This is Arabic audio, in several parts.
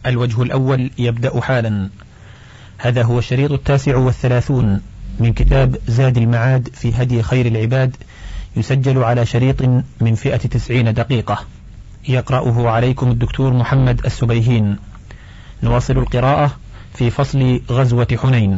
الوجه الأول يبدأ حالا. هذا هو الشريط 39 من كتاب زاد المعاد في هدي خير العباد، يسجل على شريط من فئة 90 دقيقة، يقرأه عليكم الدكتور محمد السبيهين. نواصل القراءة في فصل غزوة حنين.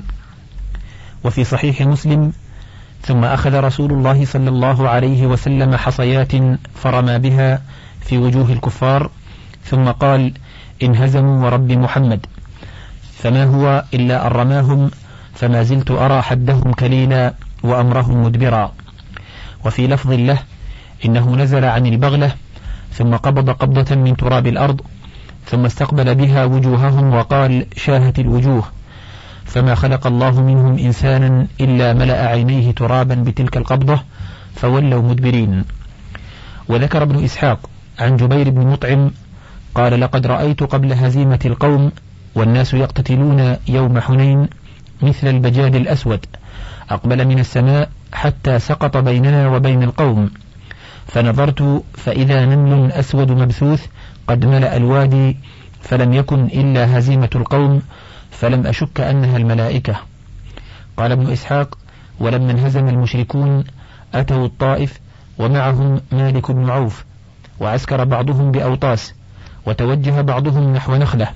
وفي صحيح مسلم: ثم أخذ رسول الله صلى الله عليه وسلم حصيات فرمى بها في وجوه الكفار، ثم قال: انهزموا ورب محمد، فما هو إلا أن رماهم، فما زلت أرى حدهم كليلا وأمرهم مدبرا. وفي لفظ له: إنه نزل عن البغلة ثم قبض قبضة من تراب الأرض، ثم استقبل بها وجوههم وقال: شاهت الوجوه، فما خلق الله منهم إنسانا إلا ملأ عينيه ترابا بتلك القبضة، فولوا مدبرين. وذكر ابن إسحاق عن جبير بن مطعم قال: لقد رأيت قبل هزيمة القوم والناس يقتتلون يوم حنين مثل البجاد الأسود، أقبل من السماء حتى سقط بيننا وبين القوم، فنظرت فإذا نمل أسود مبثوث قد ملأ الوادي، فلم يكن إلا هزيمة القوم، فلم أشك أنها الملائكة. قال ابن إسحاق: ولما انهزم المشركون أتوا الطائف ومعهم مالك بن عوف، وعسكر بعضهم بأوطاس، وتوجه بعضهم نحو نخلة،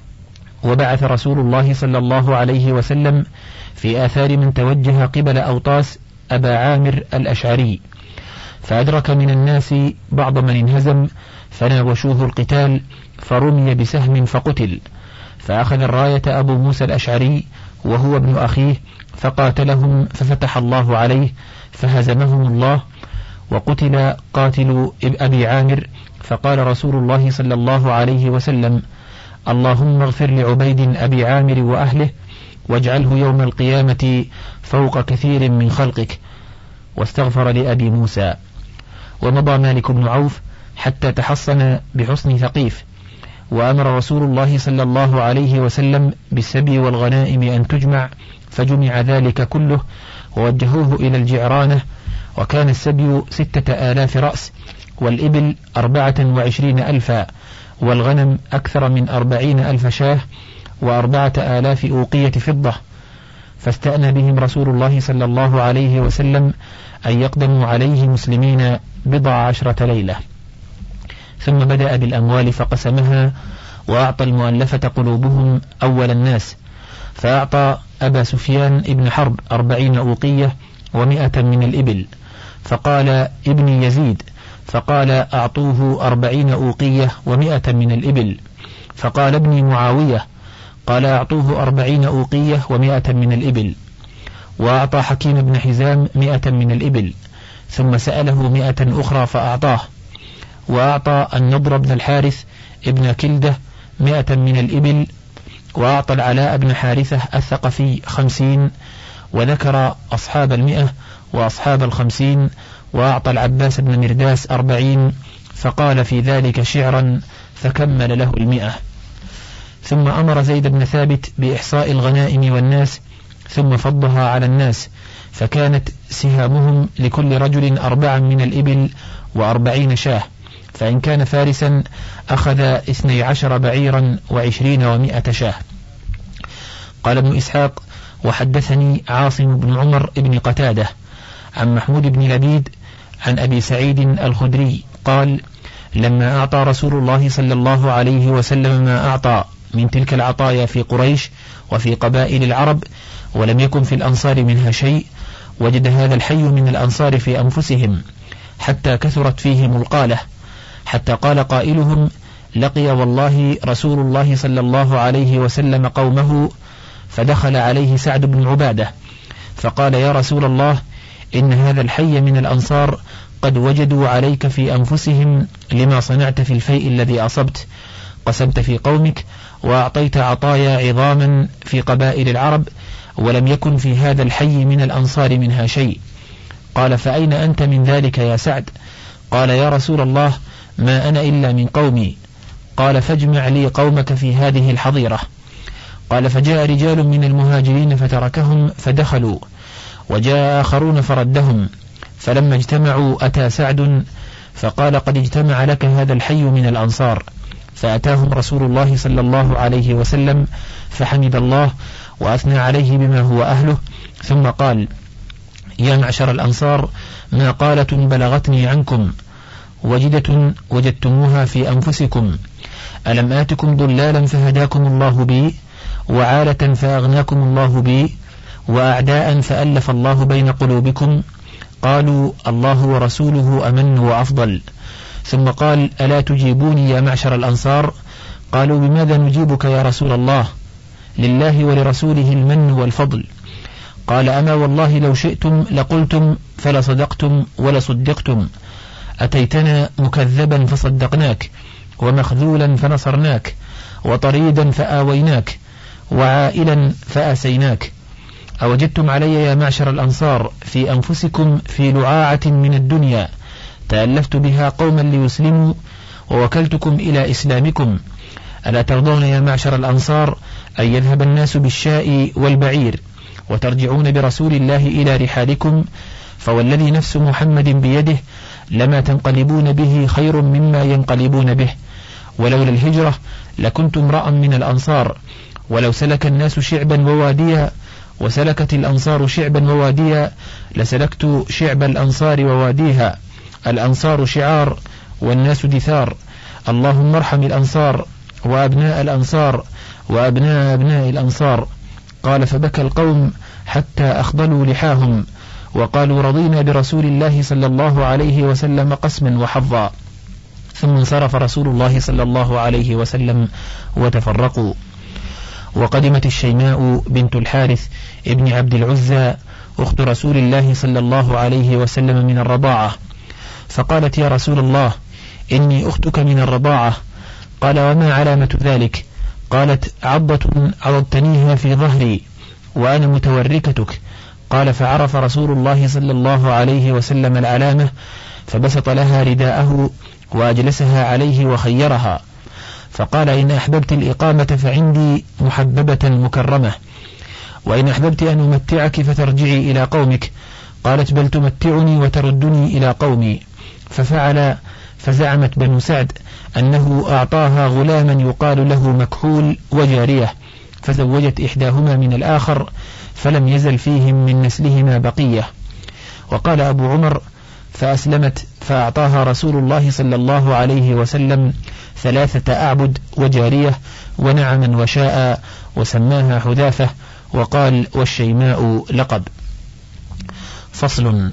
وبعث رسول الله صلى الله عليه وسلم في آثار من توجه قبل أوطاس أبا عامر الأشعري، فأدرك من الناس بعض من انهزم فناوشوه القتال، فرمي بسهم فقتل، فأخذ الراية أبو موسى الأشعري وهو ابن أخيه، فقاتلهم ففتح الله عليه فهزمهم الله، وقتل قاتل أبي عامر، فقال رسول الله صلى الله عليه وسلم: اللهم اغفر لعبيد أبي عامر وأهله، واجعله يوم القيامة فوق كثير من خلقك، واستغفر لأبي موسى. ومضى مالك بن عوف حتى تحصن بحصن ثقيف، وأمر رسول الله صلى الله عليه وسلم بالسبي والغنائم أن تجمع، فجمع ذلك كله ووجهوه إلى الجعرانة، وكان السبي 6000 رأس، والإبل 24,000، والغنم أكثر من 40,000 شاه، و4,000 أوقية فضة. فاستأنى بهم رسول الله صلى الله عليه وسلم أن يقدموا عليه مسلمين 10 ليلة، ثم بدأ بالأموال فقسمها، وأعطى المؤلفة قلوبهم أول الناس، فأعطى أبا سفيان ابن حرب 40 أوقية و100 من الإبل، فقال ابن يزيد، فقال أعطوه 40 أوقية و100 من الإبل، فقال ابن معاوية، قال أعطوه 40 أوقية و100 من الإبل، وأعطى حكيم بن حزام 100 من الإبل، ثم سأله 100 أخرى فأعطاه، وأعطى النضر بن الحارث ابن كلدة 100 من الإبل، وأعطى العلاء بن حارثة الثقفي 50، وذكر أصحاب 100 وأصحاب 50، وأعطى العباس بن مرداس 40، فقال في ذلك شعرا فكمل له 100. ثم أمر زيد بن ثابت بإحصاء الغنائم والناس، ثم فضها على الناس، فكانت سهامهم لكل رجل 4 من الإبل و40 شاه، فإن كان فارسا أخذ 12 بعيرا و20 و100 شاه. قال ابن إسحاق: وحدثني عاصم بن عمر بن قتادة عن محمود بن لبيد عن أبي سعيد الخدري قال: لما أعطى رسول الله صلى الله عليه وسلم ما أعطى من تلك العطايا في قريش وفي قبائل العرب، ولم يكن في الأنصار منها شيء، وجد هذا الحي من الأنصار في أنفسهم، حتى كثرت فيهم القالة، حتى قال قائلهم: لقي والله رسول الله صلى الله عليه وسلم قومه، فدخل عليه سعد بن عبادة فقال: يا رسول الله، إن هذا الحي من الأنصار قد وجدوا عليك في أنفسهم لما صنعت في الفيء الذي أصبت، قسمت في قومك وأعطيت عطايا عظاما في قبائل العرب، ولم يكن في هذا الحي من الأنصار منها شيء. قال: فأين أنت من ذلك يا سعد؟ قال: يا رسول الله، ما أنا إلا من قومي. قال: فاجمع لي قومك في هذه الحظيرة. قال: فجاء رجال من المهاجرين فتركهم فدخلوا، وجاء آخرون فردهم، فلما اجتمعوا أتى سعد فقال: قد اجتمع لك هذا الحي من الأنصار، فأتاهم رسول الله صلى الله عليه وسلم فحمد الله وأثنى عليه بما هو أهله، ثم قال: يا معشر الأنصار، ما قالة بلغتني عنكم وجدة وجدتموها في أنفسكم، ألم آتكم ضلالا فهداكم الله بي، وعالة فأغناكم الله بي، وأعداء فألف الله بين قلوبكم؟ قالوا: الله ورسوله أمن وأفضل. ثم قال: ألا تجيبوني يا معشر الأنصار؟ قالوا: بماذا نجيبك يا رسول الله؟ لله ولرسوله المن والفضل. قال: أما والله لو شئتم لقلتم فلصدقتم ولصدقتم، أتيتنا مكذبا فصدقناك، ومخذولا فنصرناك، وطريدا فآويناك، وعائلا فآسيناك. أوجدتم علي يا معشر الأنصار في أنفسكم في لعاعة من الدنيا تألفت بها قوما ليسلموا، ووكلتكم إلى إسلامكم، ألا ترضون يا معشر الأنصار أن يذهب الناس بالشاء والبعير وترجعون برسول الله إلى رحالكم؟ فوالذي نفس محمد بيده لما تنقلبون به خير مما ينقلبون به، ولولا الهجرة لكنت امرأ من الأنصار، ولو سلك الناس شعبا وواديا وسلكت الأنصار شعبا وواديا لسلكت شعب الأنصار وواديها. الأنصار شعار والناس دثار، اللهم ارحم الأنصار وأبناء الأنصار وأبناء أبناء الأنصار. قال: فبكى القوم حتى أخضلوا لحاهم وقالوا: رضينا برسول الله صلى الله عليه وسلم قسما وحظا. ثم انصرف رسول الله صلى الله عليه وسلم وتفرقوا. وقدمت الشيماء بنت الحارث ابن عبد العزى أخت رسول الله صلى الله عليه وسلم من الرضاعة، فقالت: يا رسول الله، إني أختك من الرضاعة. قال: وما علامة ذلك؟ قالت: عضة عضتنيها في ظهري وأنا متوركتك. قال: فعرف رسول الله صلى الله عليه وسلم العلامة، فبسط لها رداءه وأجلسها عليه وخيرها، فقال: إن أحببت الإقامة فعندي محببة مكرمة، وإن أحببت أن أمتعك فترجعي إلى قومك. قالت: بل تمتعني وتردني إلى قومي. ففعل، فزعمت بنو سعد أنه أعطاها غلاما يقال له مكحول وجارية، فزوجت إحداهما من الآخر، فلم يزل فيهم من نسلهما بقية. وقال أبو عمر: فأسلمت، فأعطاها رسول الله صلى الله عليه وسلم 3 أعبد وجارية ونعما وشاء، وسماها حذافة، وقال: والشيماء لقب. فصل.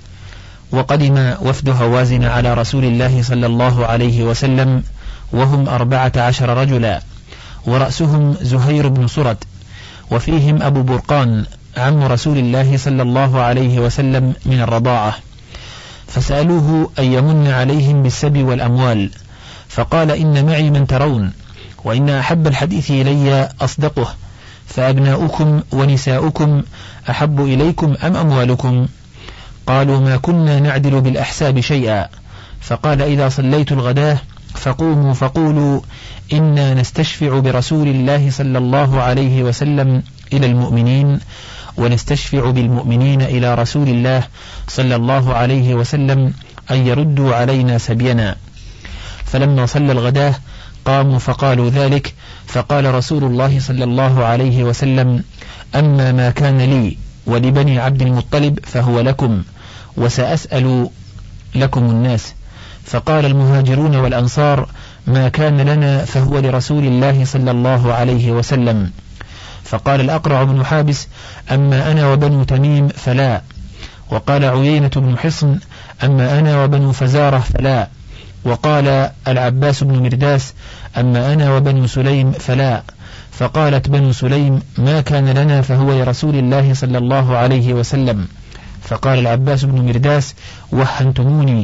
وقدم وفد هوازن على رسول الله صلى الله عليه وسلم وهم 14 رجلا، ورأسهم زهير بن سرد، وفيهم أبو برقان عم رسول الله صلى الله عليه وسلم من الرضاعة، فسألوه أن يمن عليهم بالسبي والأموال، فقال: إن معي من ترون، وإن أحب الحديث إلي أصدقه، فأبناؤكم ونساؤكم أحب إليكم أم أموالكم؟ قالوا: ما كنا نعدل بالأحساب شيئا. فقال: إذا صليت الغداة فقوموا فقولوا: إنا نستشفع برسول الله صلى الله عليه وسلم إلى المؤمنين، ونستشفع بالمؤمنين إلى رسول الله صلى الله عليه وسلم أن يردوا علينا سبينا. فلما صلى الغداة قاموا فقالوا ذلك، فقال رسول الله صلى الله عليه وسلم: أما ما كان لي ولبني عبد المطلب فهو لكم، وسأسأل لكم الناس. فقال المهاجرون والأنصار: ما كان لنا فهو لرسول الله صلى الله عليه وسلم. فقال الأقرع بن حابس: أما أنا وبنو تميم فلا. وقال عيينة بن حصن: أما أنا وبنو فزارة فلا. وقال العباس بن مرداس: أما أنا وبنو سليم فلا. فقالت بنو سليم: ما كان لنا فهو لرسول الله صلى الله عليه وسلم. فقال العباس بن مرداس: وهنتموني.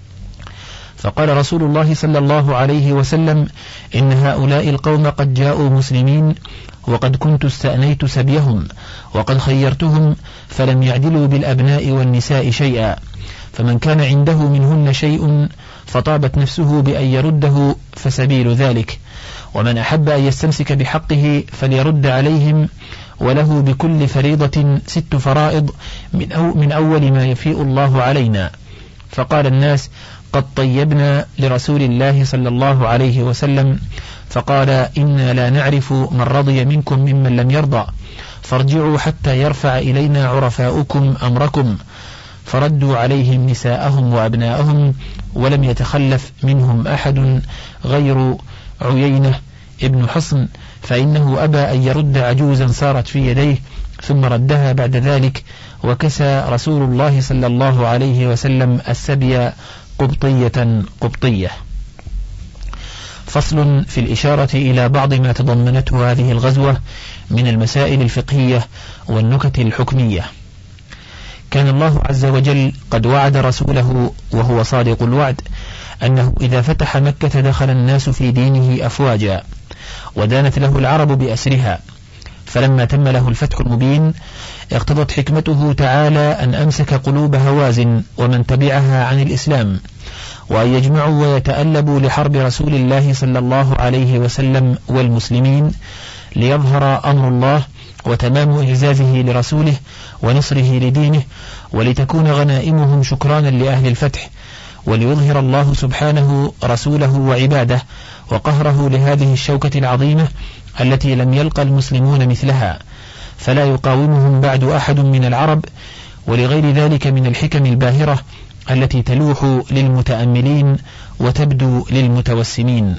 فقال رسول الله صلى الله عليه وسلم: إن هؤلاء القوم قد جاءوا مسلمين، وقد كنت استأنيت سبيهم، وقد خيرتهم، فلم يعدلوا بالأبناء والنساء شيئا، فمن كان عنده منهن شيء فطابت نفسه بأن يرده فسبيل ذلك، ومن أحب أن يستمسك بحقه فليرد عليهم، وله بكل فريضة 6 فرائض من أول ما يفيء الله علينا. فقال الناس: قد طيبنا لرسول الله صلى الله عليه وسلم فقال إنا لا نعرف من رضي منكم ممن لم يرضى فارجعوا حتى يرفع إلينا عرفاؤكم أمركم، فردوا عليهم نساءهم وأبناءهم، ولم يتخلف منهم أحد غير عيينة ابن حصن، فإنه أبى أن يرد عجوزا صارت في يديه، ثم ردها بعد ذلك، وكسى رسول الله صلى الله عليه وسلم السبي قبطية. فصل في الإشارة إلى بعض ما تضمنته هذه الغزوة من المسائل الفقهية والنكت الحكمية. كان الله عز وجل قد وعد رسوله وهو صادق الوعد أنه إذا فتح مكة دخل الناس في دينه أفواجا، ودانت له العرب بأسرها، فلما تم له الفتح المبين اقتضت حكمته تعالى أن أمسك قلوب هوازن ومن تبعها عن الإسلام، وأن يجمعوا ويتألبوا لحرب رسول الله صلى الله عليه وسلم والمسلمين، ليظهر أمر الله وتمام إعزازه لرسوله ونصره لدينه، ولتكون غنائمهم شكرانا لأهل الفتح، وليظهر الله سبحانه رسوله وعباده وقهره لهذه الشوكة العظيمة التي لم يلقى المسلمون مثلها، فلا يقاومهم بعد أحد من العرب، ولغير ذلك من الحكم الباهرة التي تلوح للمتأملين وتبدو للمتوسمين.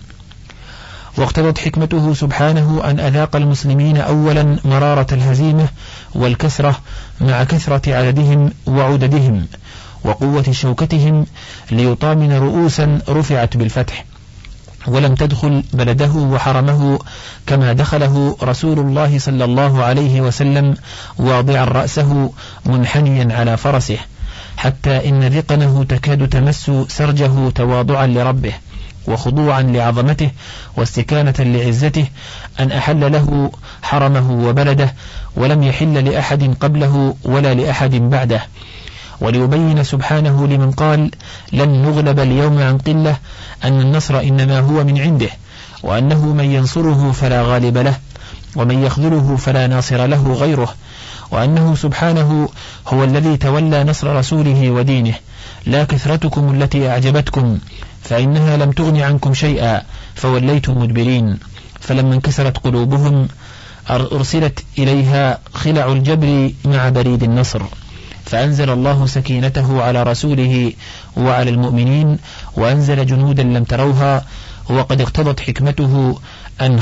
واقتضت حكمته سبحانه أن أذاق المسلمين أولا مرارة الهزيمة والكسرة مع كثرة عددهم وعددهم وقوة شوكتهم، ليطامن رؤوسا رفعت بالفتح، ولم تدخل بلده وحرمه كما دخله رسول الله صلى الله عليه وسلم واضعا رأسه منحنيا على فرسه، حتى إن ذقنه تكاد تمس سرجه تواضعا لربه وخضوعا لعظمته واستكانة لعزته، أن أحل له حرمه وبلده ولم يحل لأحد قبله ولا لأحد بعده، وليبين سبحانه لمن قال لن نغلب اليوم عن قلة أن النصر إنما هو من عنده، وأنه من ينصره فلا غالب له ومن يخذله فلا ناصر له غيره، وأنه سبحانه هو الذي تولى نصر رسوله ودينه، لا كثرتكم التي أعجبتكم فإنها لم تغن عنكم شيئا فوليتم مدبرين. فلما انكسرت قلوبهم أرسلت إليها خلع الجبر مع بريد النصر، فأنزل الله سكينته على رسوله وعلى المؤمنين، وأنزل جنودا لم تروها، وقد اقتضت حكمته أن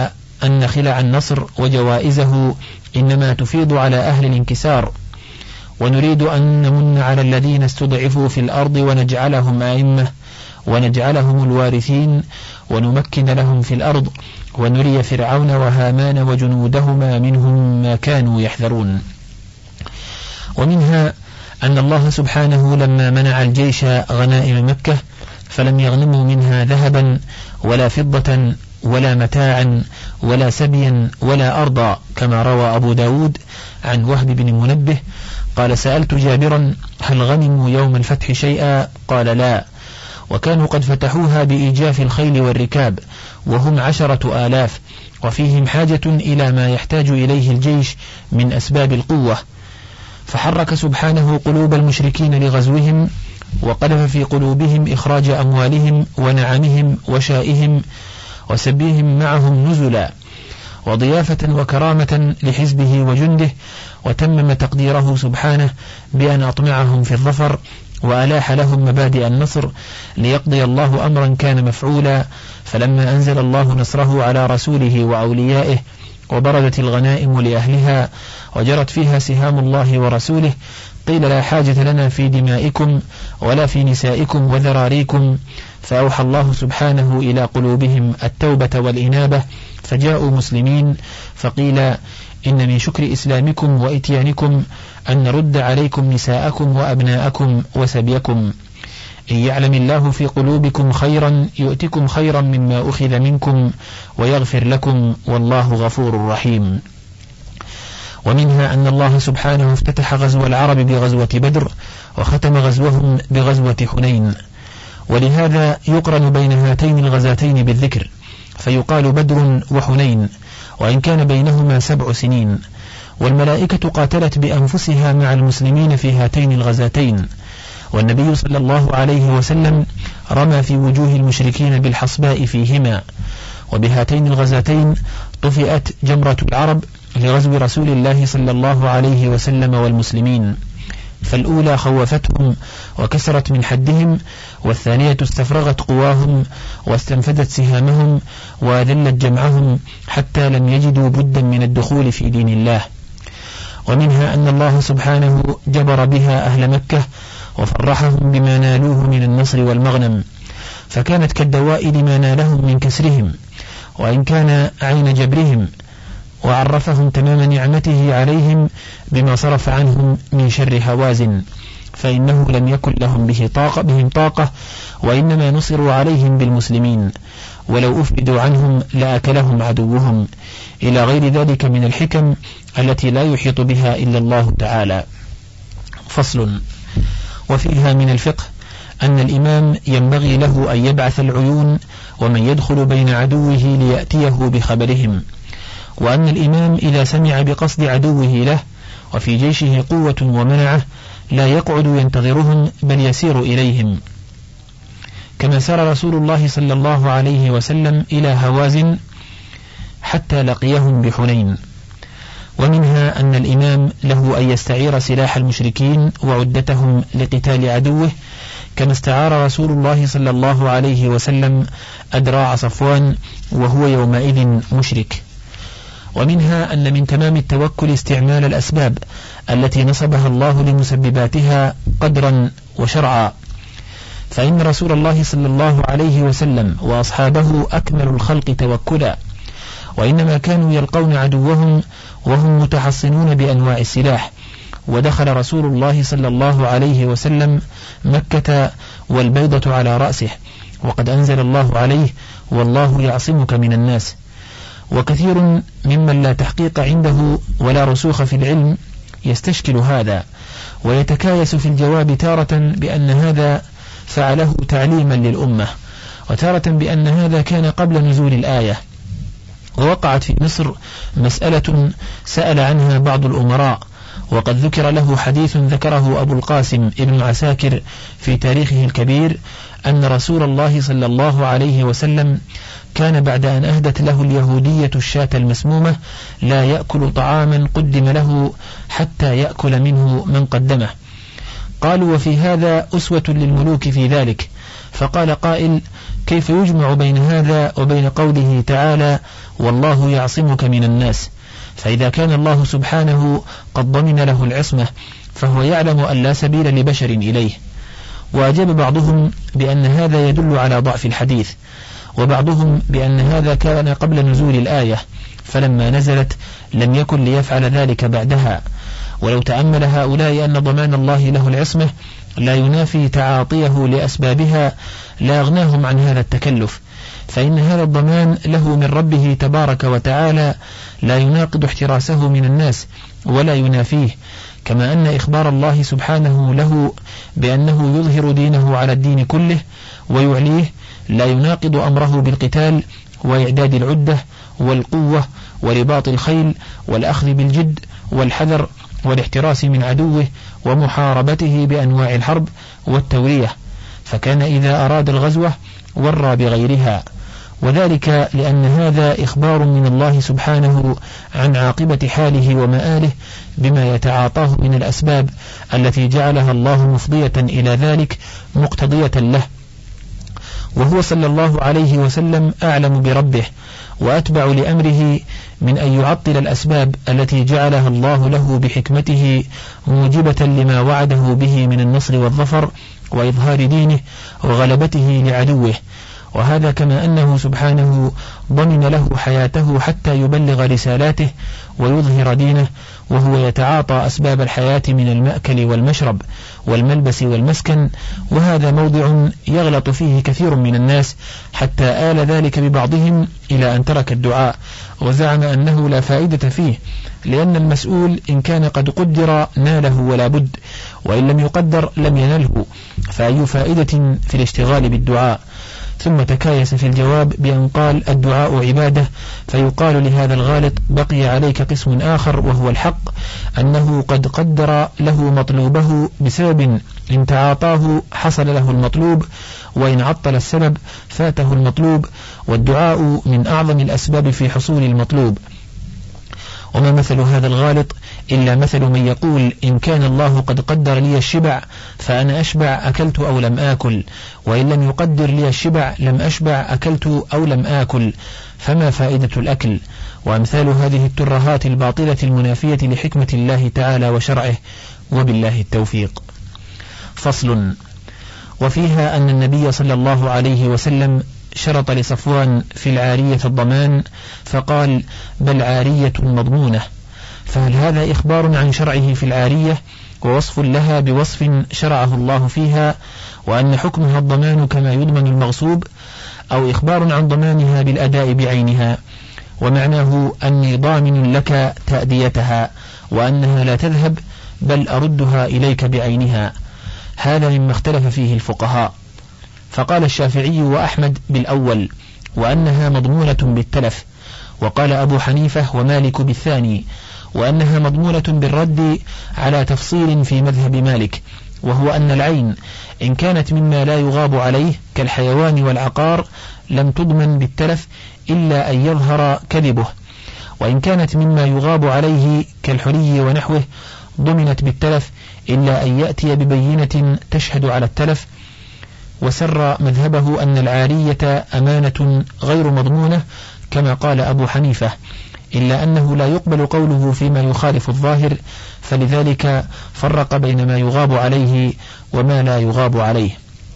خلع النصر وجوائزه إنما تفيض على أهل الانكسار، ونريد أن نمن على الذين استضعفوا في الأرض ونجعلهم أئمة ونجعلهم الوارثين ونمكن لهم في الأرض، ونري فرعون وهامان وجنودهما منهم ما كانوا يحذرون. ومنها أن الله سبحانه لما منع الجيش غنائم مكة فلم يغنموا منها ذهبا ولا فضة ولا متاعا ولا سبيا ولا أرضا، كما روى أبو داود عن وهب بن منبه قال سألت جابرا هل غنموا يوم الفتح شيئا؟ قال لا، وكانوا قد فتحوها بإيجاف الخيل والركاب وهم 10,000، وفيهم حاجة إلى ما يحتاج إليه الجيش من أسباب القوة، فحرك سبحانه قلوب المشركين لغزوهم، وقذف في قلوبهم إخراج أموالهم ونعمهم وشائهم وسبيهم معهم نزلا وضيافة وكرامة لحزبه وجنده، وتمم تقديره سبحانه بأن أطمعهم في الظفر وألاح لهم مبادئ النصر، ليقضي الله أمرا كان مفعولا. فلما أنزل الله نصره على رسوله وأوليائه وبردت الغنائم لأهلها وجرت فيها سهام الله ورسوله، قيل لا حاجة لنا في دمائكم ولا في نسائكم وذراريكم، فأوحى الله سبحانه إلى قلوبهم التوبة والإنابة فجاءوا مسلمين، فقيل إن من شكر إسلامكم وإتيانكم أن نرد عليكم نساءكم وأبناءكم وسبيكم، إن يعلم الله في قلوبكم خيرا يؤتكم خيرا مما أخذ منكم ويغفر لكم والله غفور رحيم. ومنها أن الله سبحانه افتتح غزو العرب بغزوة بدر، وختم غزوهم بغزوة حنين، ولهذا يقرن بين هاتين الغزاتين بالذكر، فيقال بدر وحنين، وإن كان بينهما 7 سنين. والملائكة قاتلت بأنفسها مع المسلمين في هاتين الغزاتين، والنبي صلى الله عليه وسلم رمى في وجوه المشركين بالحصباء فيهما. وبهاتين الغزاتين طفئت جمرة العرب لغزو رسول الله صلى الله عليه وسلم والمسلمين، فالأولى خوفتهم وكسرت من حدهم، والثانية استفرغت قواهم واستنفدت سهامهم وأذلت جمعهم حتى لم يجدوا بدا من الدخول في دين الله. ومنها أن الله سبحانه جبر بها أهل مكة وفرحهم بما نالوه من النصر والمغنم، فكانت كالدواء لما نالهم من كسرهم، وإن كان عين جبرهم، وعرفهم تمام نعمته عليهم بما صرف عنهم من شر هوازن، فإنه لم يكن لهم بهم طاقة، وإنما نصروا عليهم بالمسلمين، ولو أفردوا عنهم لأكلهم عدوهم، إلى غير ذلك من الحكم التي لا يحيط بها إلا الله تعالى. فصل. وفيها من الفقه أن الإمام ينبغي له أن يبعث العيون ومن يدخل بين عدوه ليأتيه بخبرهم، وأن الإمام إذا سمع بقصد عدوه له وفي جيشه قوة ومنعه لا يقعد ينتظرهم بل يسير إليهم، كما سار رسول الله صلى الله عليه وسلم إلى هوازن حتى لقيهم بحنين. ومنها أن الإمام له أن يستعير سلاح المشركين وعدتهم لقتال عدوه، كما استعار رسول الله صلى الله عليه وسلم أدراع صفوان وهو يومئذ مشرك. ومنها أن من تمام التوكل استعمال الأسباب التي نصبها الله لمسبباتها قدرا وشرعا، فإن رسول الله صلى الله عليه وسلم وأصحابه أكمل الخلق توكلا، وإنما كانوا يلقون عدوهم وهم متحصنون بأنواع السلاح. ودخل رسول الله صلى الله عليه وسلم مكة والبيضة على رأسه، وقد أنزل الله عليه والله يعصمك من الناس. وكثير ممن لا تحقيق عنده ولا رسوخ في العلم يستشكل هذا، ويتكايس في الجواب تارة بأن هذا فعله تعليما للأمة، وتارة بأن هذا كان قبل نزول الآية. ووقعت في مصر مسألة سأل عنها بعض الأمراء، وقد ذكر له حديث ذكره أبو القاسم ابن عساكر في تاريخه الكبير أن رسول الله صلى الله عليه وسلم كان بعد أن أهدت له اليهودية الشاة المسمومة لا يأكل طعاما قدم له حتى يأكل منه من قدمه. قالوا: وفي هذا أسوة للملوك في ذلك. فقال قائل: كيف يجمع بين هذا وبين قوله تعالى: والله يعصمك من الناس؟ فإذا كان الله سبحانه قد ضمن له العصمة فهو يعلم أن لا سبيل لبشر إليه. وأجاب بعضهم بأن هذا يدل على ضعف الحديث، وبعضهم بأن هذا كان قبل نزول الآية، فلما نزلت لم يكن ليفعل ذلك بعدها. ولو تأمل هؤلاء أن ضمان الله له العصمة لا ينافي تعاطيه لأسبابها لا أغناهم عن هذا التكلف، فإن هذا الضمان له من ربه تبارك وتعالى لا يناقض احتراسه من الناس ولا ينافيه، كما أن إخبار الله سبحانه له بأنه يظهر دينه على الدين كله ويعليه لا يناقض أمره بالقتال وإعداد العدة والقوة ورباط الخيل والأخذ بالجد والحذر والاحتراس من عدوه ومحاربته بأنواع الحرب والتورية، فكان إذا أراد الغزوة ورى بغيرها، وذلك لأن هذا إخبار من الله سبحانه عن عاقبة حاله ومآله بما يتعاطاه من الأسباب التي جعلها الله مفضية إلى ذلك مقتضية له. وهو صلى الله عليه وسلم أعلم بربه وأتبع لأمره من أن يعطل الأسباب التي جعلها الله له بحكمته موجبة لما وعده به من النصر والظفر وإظهار دينه وغلبته لعدوه. وهذا كما أنه سبحانه ضمن له حياته حتى يبلغ رسالاته ويظهر دينه، وهو يتعاطى أسباب الحياة من المأكل والمشرب والملبس والمسكن. وهذا موضع يغلط فيه كثير من الناس حتى آل ذلك ببعضهم إلى أن ترك الدعاء وزعم أنه لا فائدة فيه، لأن المسؤول إن كان قد قدر ناله ولا بد، وإن لم يقدر لم ينله، فأي فائدة في الاشتغال بالدعاء؟ ثم تكايس في الجواب بأن قال: الدعاء عبادة. فيقال لهذا الغالط: بقي عليك قسم آخر وهو الحق، أنه قد قدر له مطلوبه بسبب إن تعاطاه حصل له المطلوب، وإن عطل السبب فاته المطلوب، والدعاء من أعظم الأسباب في حصول المطلوب. وما مثل هذا الغالط إلا مثل من يقول إن كان الله قد قدر لي الشبع فأنا أشبع أكلت أو لم آكل، وإن لم يقدر لي الشبع لم أشبع أكلت أو لم آكل، فما فائدة الأكل؟ وأمثال هذه الترهات الباطلة المنافية لحكمة الله تعالى وشرعه، وبالله التوفيق. فصل. وفيها أن النبي صلى الله عليه وسلم شرط لصفوان في العارية الضمان فقال بل عارية مضمونة، فهل هذا إخبار عن شرعه في العارية ووصف لها بوصف شرعه الله فيها، وأن حكمها الضمان كما يضمن المغصوب، أو إخبار عن ضمانها بالأداء بعينها، ومعناه أني ضامن لك تأديتها وأنها لا تذهب بل أردها إليك بعينها؟ هذا مما اختلف فيه الفقهاء. فقال الشافعي وأحمد بالأول وأنها مضمونة بالتلف، وقال أبو حنيفة ومالك بالثاني وأنها مضمونة بالرد على تفصيل في مذهب مالك، وهو أن العين إن كانت مما لا يغاب عليه كالحيوان والعقار لم تضمن بالتلف إلا أن يظهر كذبه، وإن كانت مما يغاب عليه كالحلي ونحوه ضمنت بالتلف إلا أن يأتي ببينة تشهد على التلف. وسر مذهبه أن العارية أمانة غير مضمونة كما قال أبو حنيفة، إلا أنه لا يقبل قوله فيما يخالف الظاهر، فلذلك فرق بين ما يغاب عليه وما لا يغاب عليه.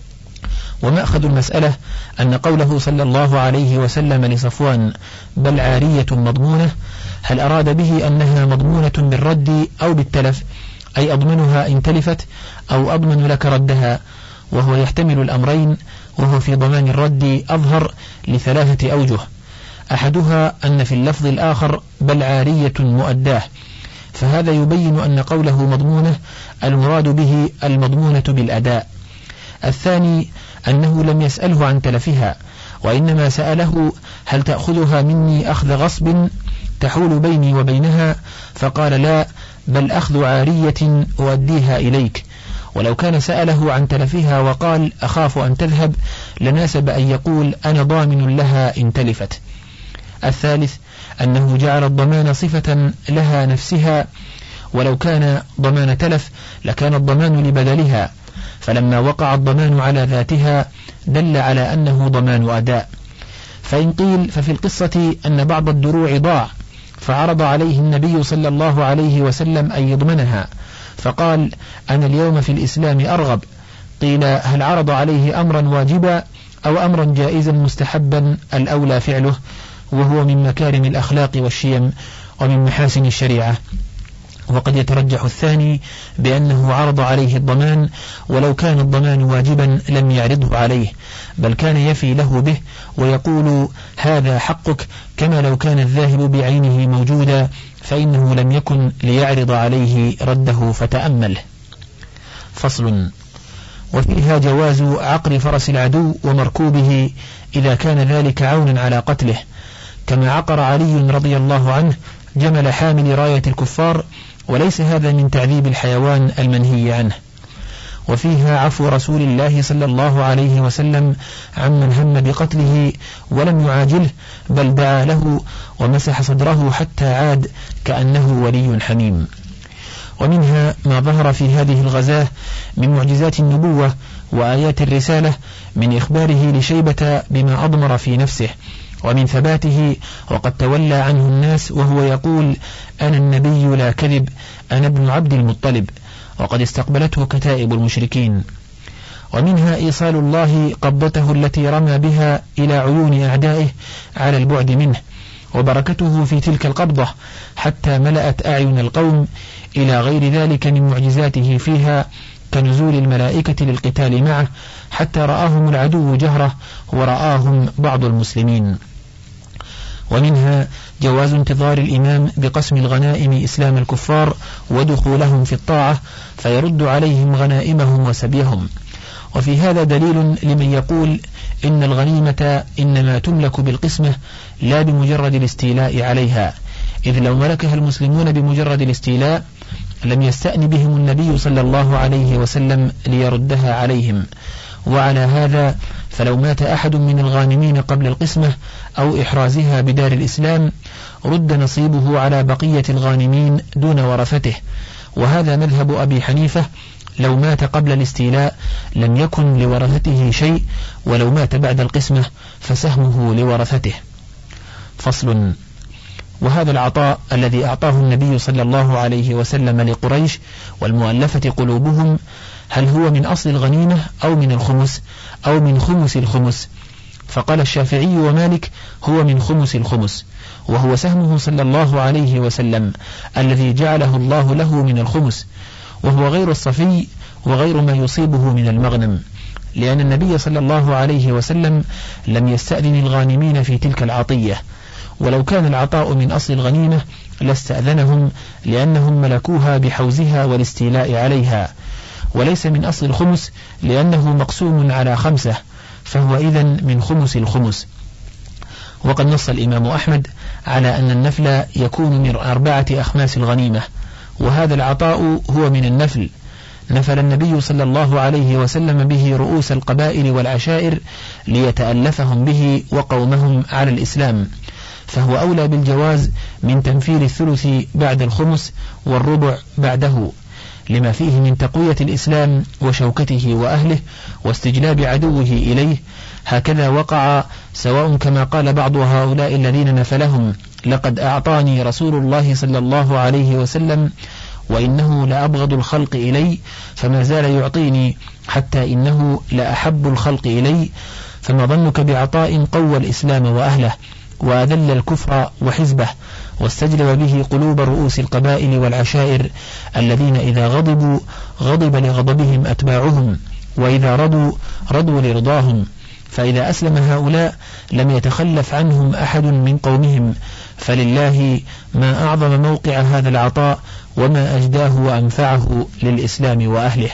ومأخذ المسألة أن قوله صلى الله عليه وسلم لصفوان بل عارية مضمونة، هل أراد به أنها مضمونة بالرد أو بالتلف، أي أضمنها إن تلفت أو أضمن لك ردها، وهو يحتمل الأمرين، وهو في ضمان الرد أظهر لثلاثة أوجه. أحدها أن في اللفظ الآخر بل عارية مؤداه، فهذا يبين أن قوله مضمونة المراد به المضمونة بالأداء. الثاني أنه لم يسأله عن تلفها، وإنما سأله هل تأخذها مني أخذ غصب تحول بيني وبينها، فقال لا بل أخذ عارية أؤديها إليك. ولو كان سأله عن تلفها وقال أخاف أن تذهب لناسب أن يقول أنا ضامن لها إن تلفت. الثالث أنه جعل الضمان صفة لها نفسها، ولو كان ضمان تلف لكان الضمان لبدلها، فلما وقع الضمان على ذاتها دل على أنه ضمان أداء. فإن قيل ففي القصة أن بعض الدروع ضاع فعرض عليه النبي صلى الله عليه وسلم أن يضمنها، فقال أنا اليوم في الإسلام أرغب. قيل هل عرض عليه أمرا واجبا أو أمرا جائزا مستحبا الأولى فعله، وهو من مكارم الأخلاق والشيم ومن محاسن الشريعة؟ وقد يترجح الثاني بأنه عرض عليه الضمان، ولو كان الضمان واجبا لم يعرضه عليه، بل كان يفي له به ويقول هذا حقك، كما لو كان الذاهب بعينه موجودا، فإنه لم يكن ليعرض عليه رده فتأمله. فصل. وفيها جواز عقر فرس العدو ومركوبه إذا كان ذلك عونا على قتله، كما عقر علي رضي الله عنه جمل حامل راية الكفار، وليس هذا من تعذيب الحيوان المنهي عنه. وفيها عفو رسول الله صلى الله عليه وسلم عمن هم بقتله ولم يعاجله، بل دعا له ومسح صدره حتى عاد كأنه ولي حميم. ومنها ما ظهر في هذه الغزاة من معجزات النبوة وآيات الرسالة من إخباره لشيبة بما أضمر في نفسه، ومن ثباته وقد تولى عنه الناس وهو يقول أنا النبي لا كذب أنا ابن عبد المطلب، وقد استقبلته كتائب المشركين. ومنها إيصال الله قبضته التي رمى بها إلى عيون أعدائه على البعد منه، وبركته في تلك القبضة حتى ملأت أعين القوم، إلى غير ذلك من معجزاته فيها كنزول الملائكة للقتال معه حتى رآهم العدو جهرة ورآهم بعض المسلمين. ومنها جواز انتظار الإمام بقسم الغنائم إسلام الكفار ودخولهم في الطاعة فيرد عليهم غنائمهم وسبيهم. وفي هذا دليل لمن يقول إن الغنيمة إنما تملك بالقسمة لا بمجرد الاستيلاء عليها، إذ لو ملكها المسلمون بمجرد الاستيلاء لم يستأن بهم النبي صلى الله عليه وسلم ليردها عليهم. وعلى هذا فلو مات أحد من الغانمين قبل القسمة أو إحرازها بدار الإسلام رد نصيبه على بقية الغانمين دون ورثته. وهذا مذهب أبي حنيفة، لو مات قبل الاستيلاء لم يكن لورثته شيء، ولو مات بعد القسمة فسهمه لورثته. فصل. وهذا العطاء الذي أعطاه النبي صلى الله عليه وسلم لقريش والمؤلفة قلوبهم، هل هو من أصل الغنيمة أو من الخمس أو من خمس الخمس؟ فقال الشافعي ومالك هو من خمس الخمس، وهو سهمه صلى الله عليه وسلم الذي جعله الله له من الخمس، وهو غير الصفي وغير ما يصيبه من المغنم، لأن النبي صلى الله عليه وسلم لم يستأذن الغانمين في تلك العطية، ولو كان العطاء من أصل الغنيمة لاستأذنهم لأنهم ملكوها بحوزها والاستيلاء عليها، وليس من أصل الخمس لأنه مقسوم على 5، فهو إذن من خمس الخمس. وقد نص الإمام أحمد على أن النفل يكون من 4 أخماس الغنيمة، وهذا العطاء هو من النفل. نفل النبي صلى الله عليه وسلم به رؤوس القبائل والعشائر ليتألفهم به وقومهم على الإسلام، فهو أولى بالجواز من تنفيل الثلث بعد الخمس والربع بعده، لما فيه من تقوية الإسلام وشوكته وأهله واستجلاب عدوه إليه. هكذا وقع، سواء كما قال بعض هؤلاء الذين نفلهم لقد أعطاني رسول الله صلى الله عليه وسلم وإنه لأبغض الخلق إلي، فما زال يعطيني حتى إنه لأحب الخلق إلي، فما ظنك بعطاء قوى الإسلام وأهله وأذل الكفر وحزبه واستجلب به قلوب رؤوس القبائل والعشائر الذين إذا غضبوا غضب لغضبهم أتباعهم، وإذا رضوا لرضاهم، فإذا أسلم هؤلاء لم يتخلف عنهم أحد من قومهم، فلله ما أعظم موقع هذا العطاء وما أجداه وأنفعه للإسلام وأهله.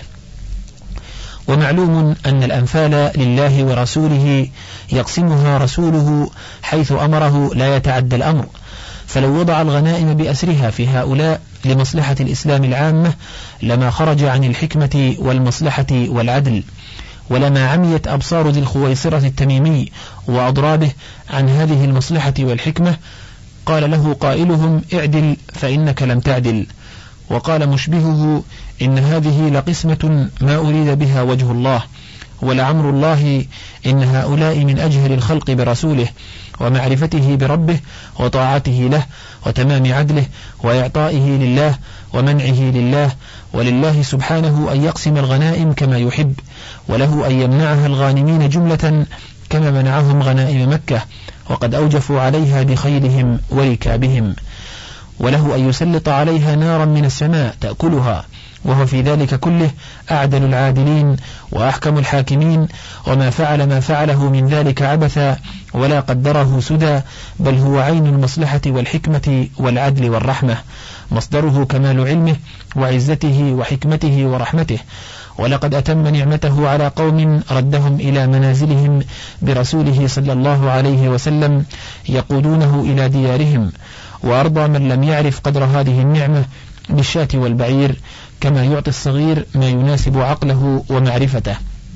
ومعلوم أن الأنفال لله ورسوله يقسمها رسوله حيث أمره لا يتعدى الأمر، فلو وضع الغنائم بأسرها في هؤلاء لمصلحة الإسلام العامة لما خرج عن الحكمة والمصلحة والعدل، ولما عميت أبصار ذي الخويصرة التميمي وأضرابه عن هذه المصلحة والحكمة. قال له قائلهم اعدل فإنك لم تعدل، وقال مشبهه إن هذه لقسمة ما أريد بها وجه الله، ولعمر الله إن هؤلاء من أجهل الخلق برسوله ومعرفته بربه وطاعته له وتمام عدله وإعطائه لله ومنعه لله، ولله سبحانه أن يقسم الغنائم كما يحب، وله أن يمنعها الغانمين جملة كما منعهم غنائم مكة وقد أوجفوا عليها بخيلهم وركابهم، وله أن يسلط عليها نارا من السماء تأكلها، وهو في ذلك كله أعدل العادلين وأحكم الحاكمين، وما فعل ما فعله من ذلك عبثا ولا قدره سدى، بل هو عين المصلحة والحكمة والعدل والرحمة، مصدره كمال علمه وعزته وحكمته ورحمته. ولقد أتم نعمته على قوم ردهم إلى منازلهم برسوله صلى الله عليه وسلم يقودونه إلى ديارهم، وأرضى من لم يعرف قدر هذه النعمة بالشاة والبعير، كما يعطي الصغير ما يناسب عقله ومعرفته،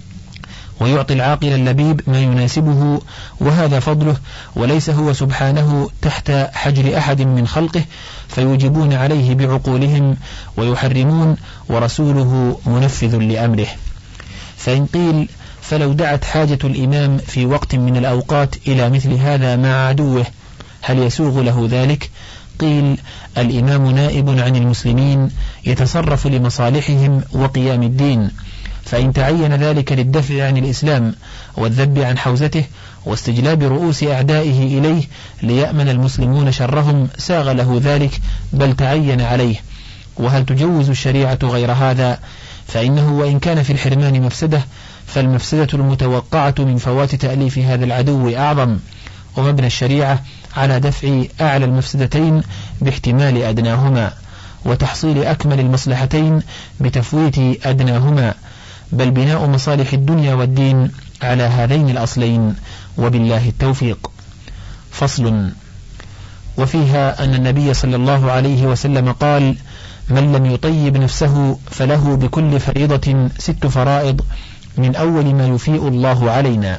ويعطي العاقل اللبيب ما يناسبه، وهذا فضله، وليس هو سبحانه تحت حجر أحد من خلقه فيوجبون عليه بعقولهم ويحرمون، ورسوله منفذ لأمره. فإن قيل فلو دعت حاجة الإمام في وقت من الأوقات إلى مثل هذا مع عدوه هل يسوغ له ذلك؟ قيل الإمام نائب عن المسلمين يتصرف لمصالحهم وقيام الدين، فإن تعين ذلك للدفع عن الإسلام والذب عن حوزته واستجلاب رؤوس أعدائه إليه ليأمن المسلمون شرهم ساغ له ذلك، بل تعين عليه. وهل تجوز الشريعة غير هذا؟ فإنه وإن كان في الحرمان مفسدة فالمفسدة المتوقعة من فوات تأليف هذا العدو أعظم، ومبنى الشريعة على دفع أعلى المفسدتين باحتمال أدناهما، وتحصيل أكمل المصلحتين بتفويت أدناهما، بل بناء مصالح الدنيا والدين على هذين الأصلين، وبالله التوفيق. فصل. وفيها أن النبي صلى الله عليه وسلم قال: من لم يطيب نفسه فله بكل فريضة 6 فرائض من أول ما يفيء الله علينا.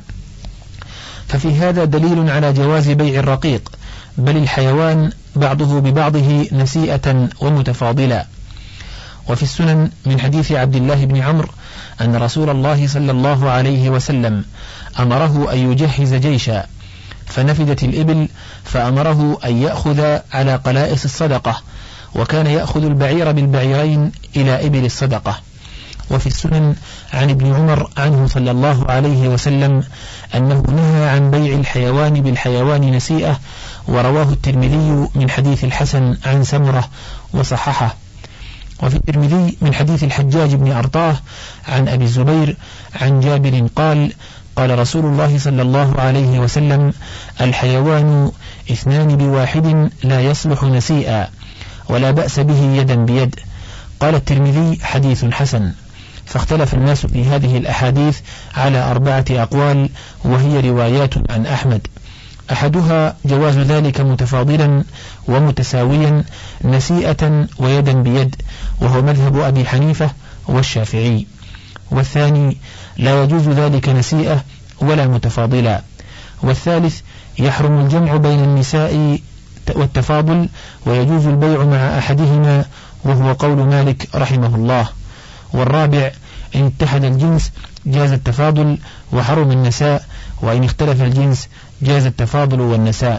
ففي هذا دليل على جواز بيع الرقيق، بل الحيوان بعضه ببعضه نسيئة ومتفاضلا. وفي السنن من حديث عبد الله بن عمرو أن رسول الله صلى الله عليه وسلم أمره أن يجهز جيشا، فنفدت الإبل فأمره أن يأخذ على قلائص الصدقة، وكان يأخذ البعير بالبعيرين إلى إبل الصدقة. وفي السنن عن ابن عمر عنه صلى الله عليه وسلم أنه نهى عن بيع الحيوان بالحيوان نسيئة، ورواه الترمذي من حديث الحسن عن سمرة وصححه. وفي الترمذي من حديث الحجاج بن أرطاه عن أبي الزبير عن جابر قال: قال رسول الله صلى الله عليه وسلم: الحيوان 2 بواحد لا يصلح نسيئا، ولا بأس به يدا بيد. قال الترمذي: حديث حسن. فاختلف الناس في هذه الأحاديث على 4 أقوال، وهي روايات عن أحمد. أحدها جواز ذلك متفاضلا ومتساويا نسيئة ويدا بيد، وهو مذهب أبي حنيفة والشافعي. والثاني لا يجوز ذلك نسيئة ولا متفاضلا. والثالث يحرم الجمع بين النساء والتفاضل، ويجوز البيع مع أحدهما، وهو قول مالك رحمه الله. والرابع إن اتحد الجنس جاز التفاضل وحرم النساء، وإن اختلف الجنس جاز التفاضل والنساء.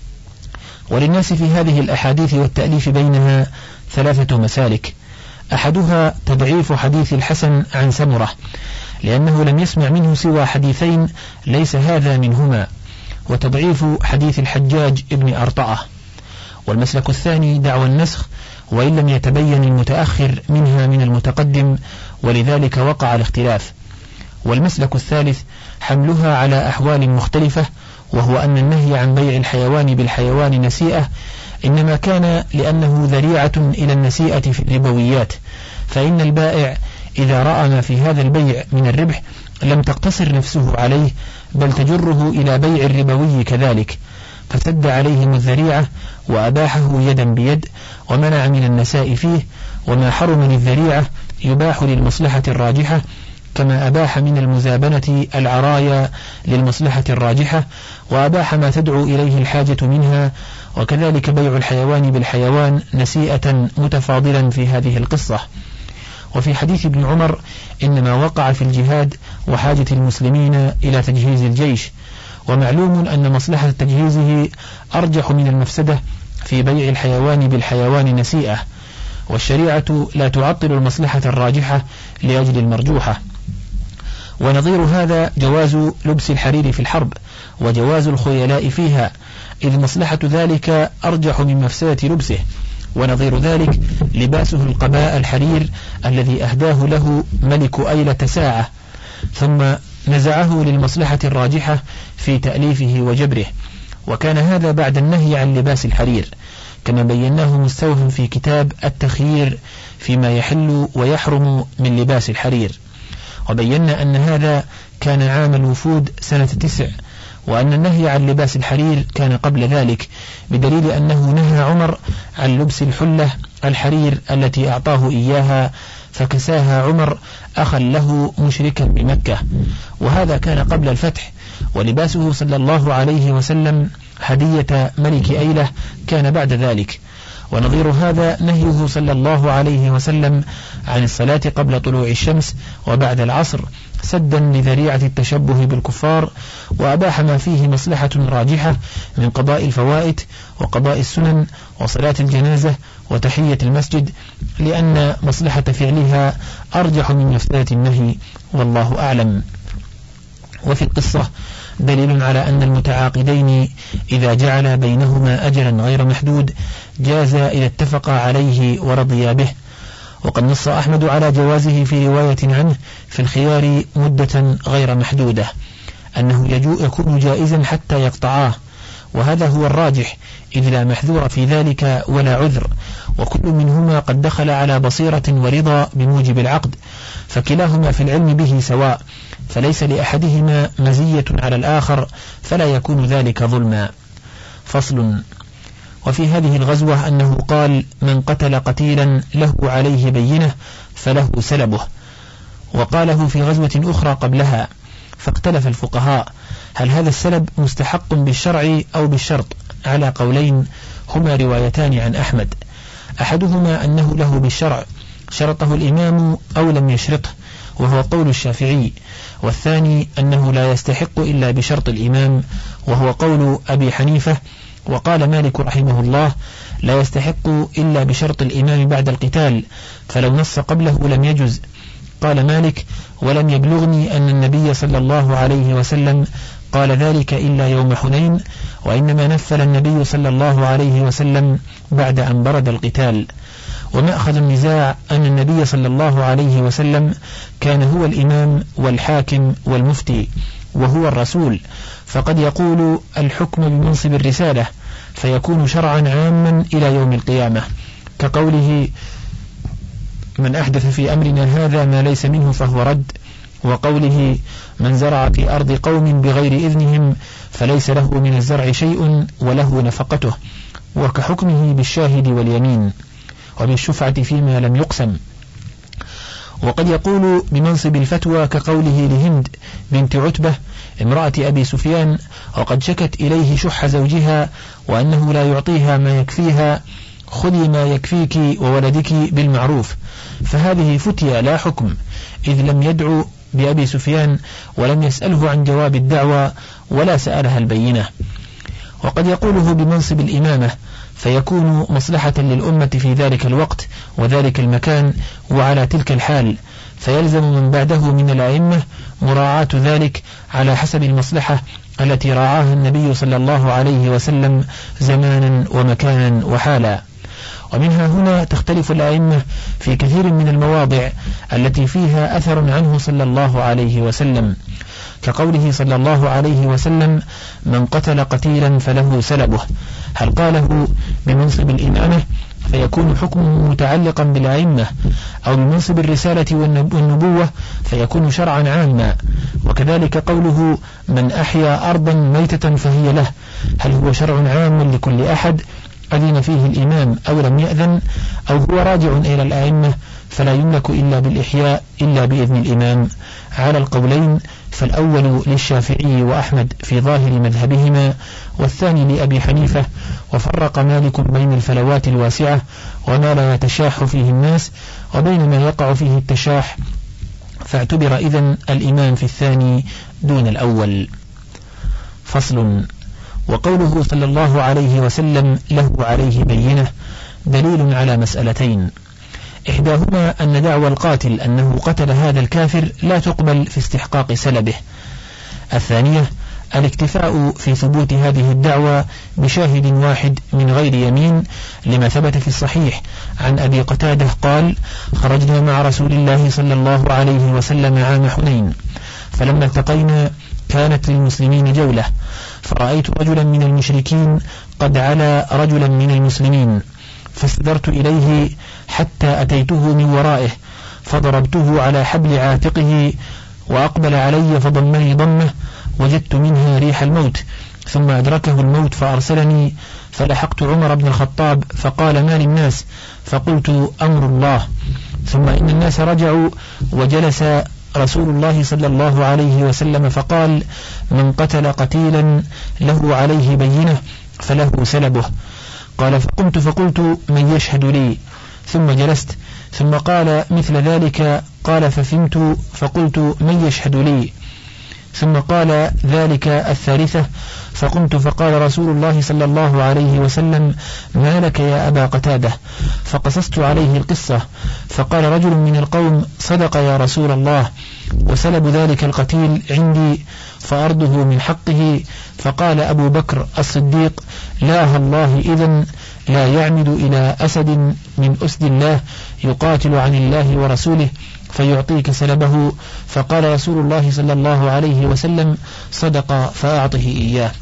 وللناس في هذه الأحاديث والتأليف بينها 3 مسالك. أحدها تضعيف حديث الحسن عن سمرة، لأنه لم يسمع منه سوى حديثين ليس هذا منهما، وتضعيف حديث الحجاج ابن أرطأة. والمسلك الثاني دعوى النسخ، وإن لم يتبين المتأخر منها من المتقدم، ولذلك وقع الاختلاف. والمسلك الثالث حملها على أحوال مختلفة، وهو أن النهي عن بيع الحيوان بالحيوان نسيئة إنما كان لأنه ذريعة إلى النسيئة في الربويات، فإن البائع إذا رأى ما في هذا البيع من الربح لم تقتصر نفسه عليه، بل تجره إلى بيع الربوي كذلك، فسد عليهم الذريعة وأباحه يدا بيد، ومنع من النساء فيه. وما حرم للذريعة يباح للمصلحة الراجحة، كما أباح من المزابنة العرايا للمصلحة الراجحة، وأباح ما تدعو إليه الحاجة منها. وكذلك بيع الحيوان بالحيوان نسيئة متفاضلا في هذه القصة. وفي حديث ابن عمر إنما وقع في الجهاد وحاجة المسلمين إلى تجهيز الجيش، ومعلوم أن مصلحة تجهيزه أرجح من المفسدة في بيع الحيوان بالحيوان نسيئة، والشريعة لا تعطل المصلحة الراجحة لأجل المرجوحة. ونظير هذا جواز لبس الحرير في الحرب، وجواز الخيلاء فيها، إذ مصلحة ذلك أرجح من مفسدة لبسه. ونظير ذلك لباسه القباء الحرير الذي أهداه له ملك أيلة ساعة، ثم نزعه للمصلحة الراجحة في تأليفه وجبره، وكان هذا بعد النهي عن لباس الحرير، كما بيناه مستوفا في كتاب التخيير فيما يحل ويحرم من لباس الحرير. وبينا أن هذا كان عام الوفود سنة 9، وأن النهي عن لباس الحرير كان قبل ذلك، بدليل أنه نهى عمر عن لبس الحلة الحرير التي أعطاه إياها، فكساها عمر أخا له مشركا بمكة، وهذا كان قبل الفتح. ولباسه صلى الله عليه وسلم هدية ملك أيلة كان بعد ذلك. ونظير هذا نهيه صلى الله عليه وسلم عن الصلاة قبل طلوع الشمس وبعد العصر، سدا لذريعة التشبه بالكفار، وأباح ما فيه مصلحة راجحة من قضاء الفوائت وقضاء السنن وصلاة الجنازة وتحية المسجد، لأن مصلحة فعلها أرجح من مفسدة النهي، والله أعلم. وفي القصة دليل على أن المتعاقدين إذا جعل بينهما أجلا غير محدود جاز إذا اتفقا عليه ورضيا به. وقد نص أحمد على جوازه في رواية عنه في الخيار مدة غير محدودة، أنه يكون جائزا حتى يقطعاه، وهذا هو الراجح، إذ لا محذور في ذلك ولا عذر، وكل منهما قد دخل على بصيرة ورضا بموجب العقد، فكلاهما في العلم به سواء، فليس لأحدهما مزية على الآخر، فلا يكون ذلك ظلما. فصل. وفي هذه الغزوة أنه قال: من قتل قتيلا له عليه بينة فله سلبه. وقاله في غزوة أخرى قبلها، فاختلف الفقهاء هل هذا السلب مستحق بالشرع أو بالشرط، على قولين هما روايتان عن أحمد، أحدهما أنه له بالشرع شرطه الإمام أو لم يشرطه وهو قول الشافعي، والثاني أنه لا يستحق إلا بشرط الإمام وهو قول أبي حنيفة. وقال مالك رحمه الله: لا يستحق إلا بشرط الإمام بعد القتال، فلو نص قبله لم يجز. قال مالك: ولم يبلغني أن النبي صلى الله عليه وسلم قال ذلك إلا يوم حنين، وإنما نفل النبي صلى الله عليه وسلم بعد أن برد القتال. ومأخذ النزاع أن النبي صلى الله عليه وسلم كان هو الإمام والحاكم والمفتي وهو الرسول، فقد يقول الحكم بمنصب الرسالة فيكون شرعا عاما إلى يوم القيامة، كقوله: من أحدث في أمرنا هذا ما ليس منه فهو رد، وقوله: من زرع في أرض قوم بغير إذنهم فليس له من الزرع شيء وله نفقته، وكحكمه بالشاهد واليمين وبالشفعة فيما لم يقسم. وقد يقول بمنصب الفتوى كقوله لهند بنت عتبة امرأة أبي سفيان وقد شكت إليه شح زوجها وأنه لا يعطيها ما يكفيها: خذي ما يكفيك وولدك بالمعروف، فهذه فتية لا حكم، إذ لم يدعو بأبي سفيان ولم يسأله عن جواب الدعوة ولا سألها البينة. وقد يقوله بمنصب الإمامة فيكون مصلحة للأمة في ذلك الوقت وذلك المكان وعلى تلك الحال، فيلزم من بعده من الأئمة مراعاة ذلك على حسب المصلحة التي راعاها النبي صلى الله عليه وسلم زمانا ومكانا وحالا. ومنها هنا تختلف الأئمة في كثير من المواضع التي فيها أثر عنه صلى الله عليه وسلم، كقوله صلى الله عليه وسلم: من قتل قتيلا فله سلبه، هل قاله بمنصب الإمامة فيكون حكمه متعلقا بالأئمة، أو بمنصب الرسالة والنبوة فيكون شرعا عاما؟ وكذلك قوله: من أحيا أرضا ميتة فهي له، هل هو شرع عام لكل أحد أذن فيه الإمام أو لم يأذن، أو هو راجع إلى الأئمة فلا يملك إلا بالإحياء إلا بإذن الإمام؟ على القولين، فالأول للشافعي وأحمد في ظاهر مذهبهما، والثاني لأبي حنيفة. وفرق مالك بين الفلوات الواسعة وما لا يتشاح فيه الناس وبين ما يقع فيه التشاح، فاعتبر إذن الإمام في الثاني دون الأول. فصل. وقوله صلى الله عليه وسلم له عليه بينة دليل على مسألتين: إحداهما أن دعوى القاتل أنه قتل هذا الكافر لا تقبل في استحقاق سلبه. الثانية الاكتفاء في ثبوت هذه الدعوى بشاهد واحد من غير يمين، لما ثبت في الصحيح عن أبي قتادة قال: خرجنا مع رسول الله صلى الله عليه وسلم عام حنين، فلما التقينا كانت للمسلمين جولة، فرأيت رجلا من المشركين قد علا رجلا من المسلمين، فاستدرت إليه حتى أتيته من ورائه، فضربته على حبل عاتقه، وأقبل علي فضمني ضمه، وجدت منها ريح الموت، ثم أدركه الموت فأرسلني، فلحقت عمر بن الخطاب فقال: ما للناس؟ فقلت: أمر الله. ثم إن الناس رجعوا، وجلس رسول الله صلى الله عليه وسلم فقال: من قتل قتيلا له عليه بينة فله سلبه. قال: فقمت فقلت: من يشهد لي؟ ثم جلست، ثم قال مثل ذلك، قال: ففهمت فقلت: من يشهد لي؟ ثم قال ذلك الثالثة، فقمت فقال رسول الله صلى الله عليه وسلم: ما لك يا أبا قتادة؟ فقصصت عليه القصة، فقال رجل من القوم: صدق يا رسول الله، وسلب ذلك القتيل عندي فأرضه من حقه. فقال أبو بكر الصديق: لا الله، إذن لا يعمد إلى أسد من أسد الله يقاتل عن الله ورسوله فيعطيك سلبه. فقال رسول الله صلى الله عليه وسلم: صدق، فأعطه إياه.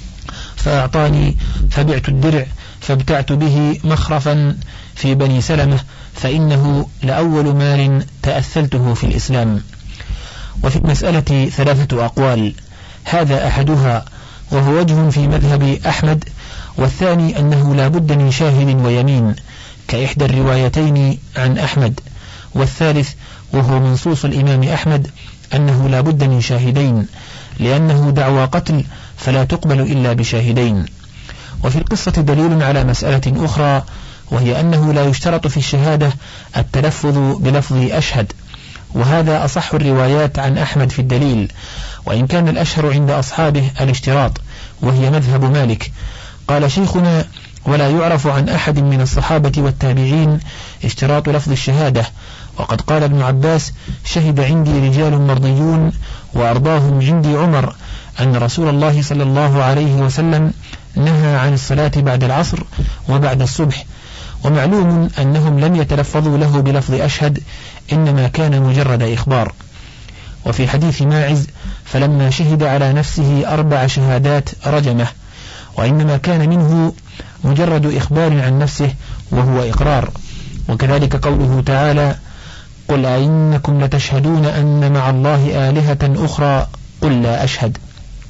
فأعطاني، فبعت الدرع، فابتعت به مخرفا في بني سلمة، فإنه لأول مال تأثلته في الإسلام. وفي المسألة ثلاثة أقوال: هذا أحدها، وهو وجه في مذهب أحمد. والثاني أنه لا بد من شاهد ويمين كإحدى الروايتين عن أحمد. والثالث وهو منصوص الإمام أحمد أنه لا بد من شاهدين لأنه دعوى قتل فلا تقبل إلا بشاهدين. وفي القصة دليل على مسألة أخرى، وهي أنه لا يشترط في الشهادة التلفظ بلفظ أشهد، وهذا أصح الروايات عن أحمد في الدليل، وإن كان الأشهر عند أصحابه الاشتراط، وهي مذهب مالك. قال شيخنا: ولا يعرف عن أحد من الصحابة والتابعين اشتراط لفظ الشهادة. وقد قال ابن عباس: شهد عندي رجال مرضيون وأرضاهم عندي عمر أن رسول الله صلى الله عليه وسلم نهى عن الصلاة بعد العصر وبعد الصبح. ومعلوم أنهم لم يتلفظوا له بلفظ أشهد، إنما كان مجرد إخبار. وفي حديث ماعز: فلما شهد على نفسه 4 شهادات رجمه، وإنما كان منه مجرد إخبار عن نفسه وهو إقرار. وكذلك قوله تعالى: قل أئنكم لتشهدون أن مع الله آلهة أخرى قل لا أشهد.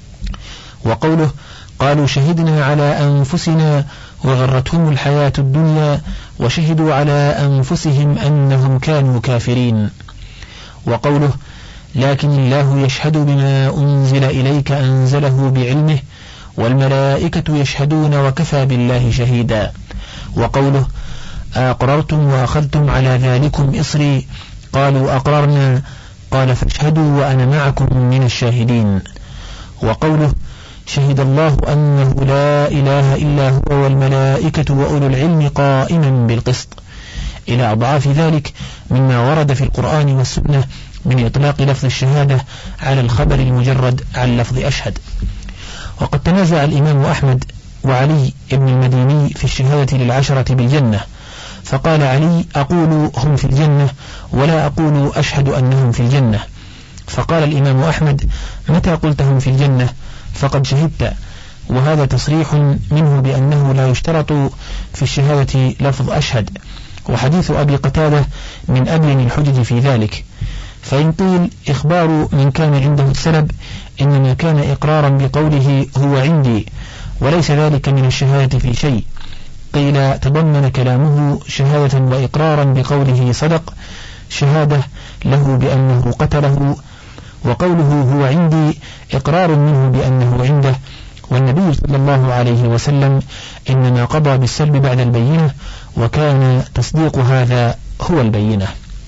وقوله: قالوا شهدنا على أنفسنا وغرتهم الحياة الدنيا وشهدوا على أنفسهم أنهم كانوا كافرين. وقوله: لكن الله يشهد بما أنزل إليك أنزله بعلمه والملائكة يشهدون وكفى بالله شهيدا. وقوله: أقررتم وأخذتم على ذلكم إصري قالوا أقررنا قال فاشهدوا وأنا معكم من الشاهدين. وقوله: شهد الله أنه لا إله إلا هو والملائكة وأولو العلم قائما بالقسط، إلى أضعاف ذلك مما ورد في القرآن والسنة من إطلاق لفظ الشهادة على الخبر المجرد عن لفظ أشهد. وقد تنازع الإمام أحمد وعلي ابن المديني في الشهادة للعشرة بالجنة، فقال علي: أقول هم في الجنة ولا أقول أشهد أنهم في الجنة. فقال الإمام أحمد: متى قلتهم في الجنة فقد شهدت. وهذا تصريح منه بأنه لا يشترط في الشهادة لفظ أشهد. وحديث أبي قتادة من أبين الحجج في ذلك. فإن قيل إخبار من كان عنده السلب إنما كان إقرارا بقوله هو عندي وليس ذلك من الشهادة في شيء، قيل تضمن كلامه شهادة وإقرارا بقوله صدق، شهادة له بأنه قتله، وقوله هو عندي إقرار منه بأنه عنده. والنبي صلى الله عليه وسلم إنما قضى بالسلب بعد البينة، وكان تصديق هذا هو البينة.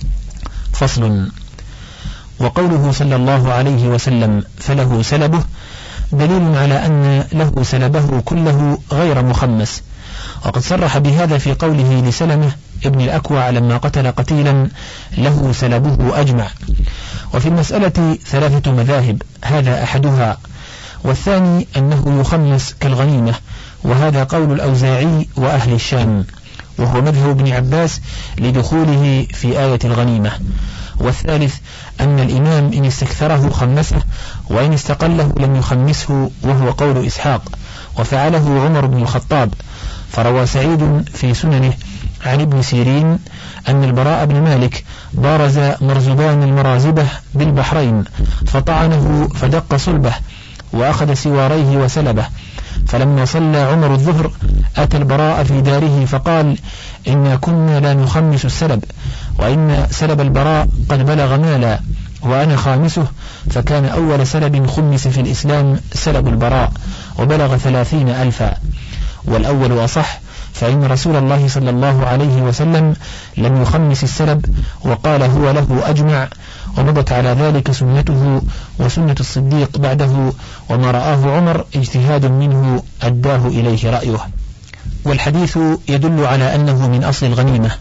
فصل. وقوله صلى الله عليه وسلم فله سلبه دليل على أن له سلبه كله غير مخمس، وقد صرح بهذا في قوله لسلمة ابن الأكوع لما قتل قتيلا له سلبه أجمع. وفي المسألة 3 مذاهب، هذا أحدها، والثاني أنه يخمس كالغنيمة، وهذا قول الأوزاعي وأهل الشام، وهو مذهب ابن عباس لدخوله في آية الغنيمة. والثالث أن الإمام إن استكثره خمسه وإن استقله لم يخمسه، وهو قول إسحاق، وفعله عمر بن الخطاب. فروى سعيد في سننه عن ابن سيرين أن البراء بن مالك بارز مرزبان المرازبة بالبحرين فطعنه فدق صلبه وأخذ سواريه وسلبه. فلما صلى عمر الظهر أتى البراء في داره فقال: إنا كنا لا نخمس السلب، وإن سلب البراء قد بلغ مالا وأنا خامسه. فكان أول سلب خمس في الإسلام سلب البراء وبلغ 30,000. والأول أصح، فإن رسول الله صلى الله عليه وسلم لم يخمس السلب وقال هو له أجمع، ومضت على ذلك سنته وسنة الصديق بعده، وما رآه عمر اجتهاد منه أداه إليه رأيه. والحديث يدل على أنه من أصل الغنيمة،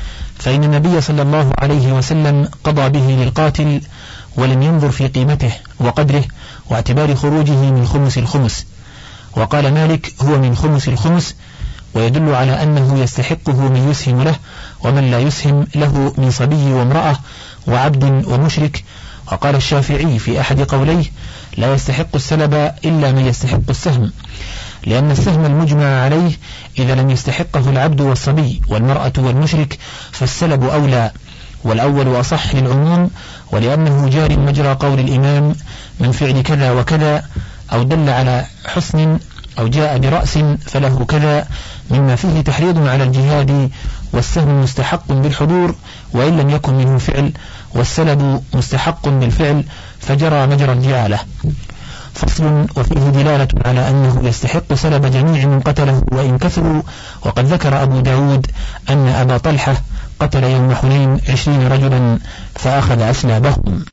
فإن النبي صلى الله عليه وسلم قضى به للقاتل ولم ينظر في قيمته وقدره واعتبار خروجه من خمس الخمس، وقال مالك هو من خمس الخمس، ويدل على أنه يستحقه من يسهم له ومن لا يسهم له من صبي وامرأة وعبد ومشرك. وقال الشافعي في أحد قوليه: لا يستحق السلب إلا من يستحق السهم، لأن السهم المجمع عليه إذا لم يستحقه العبد والصبي والمرأة والمشرك فالسلب أولى. والأول أصح للعموم، ولأنه جار مجرى قول الإمام: من فعل كذا وكذا أو دل على حسن أو جاء برأس فله كذا، مما فيه تحريض على الجهاد، والسهم مستحق بالحضور وإن لم يكن منه فعل، والسلب مستحق بالفعل فجرى مجرى الجعالة. فصل. وفيه دلالة على أنه يستحق سلب جميع من قتله وإن كثروا. وقد ذكر أبو داود أن أبا طلحة قتل يوم حنين 20 رجلا فأخذ أسلابهم.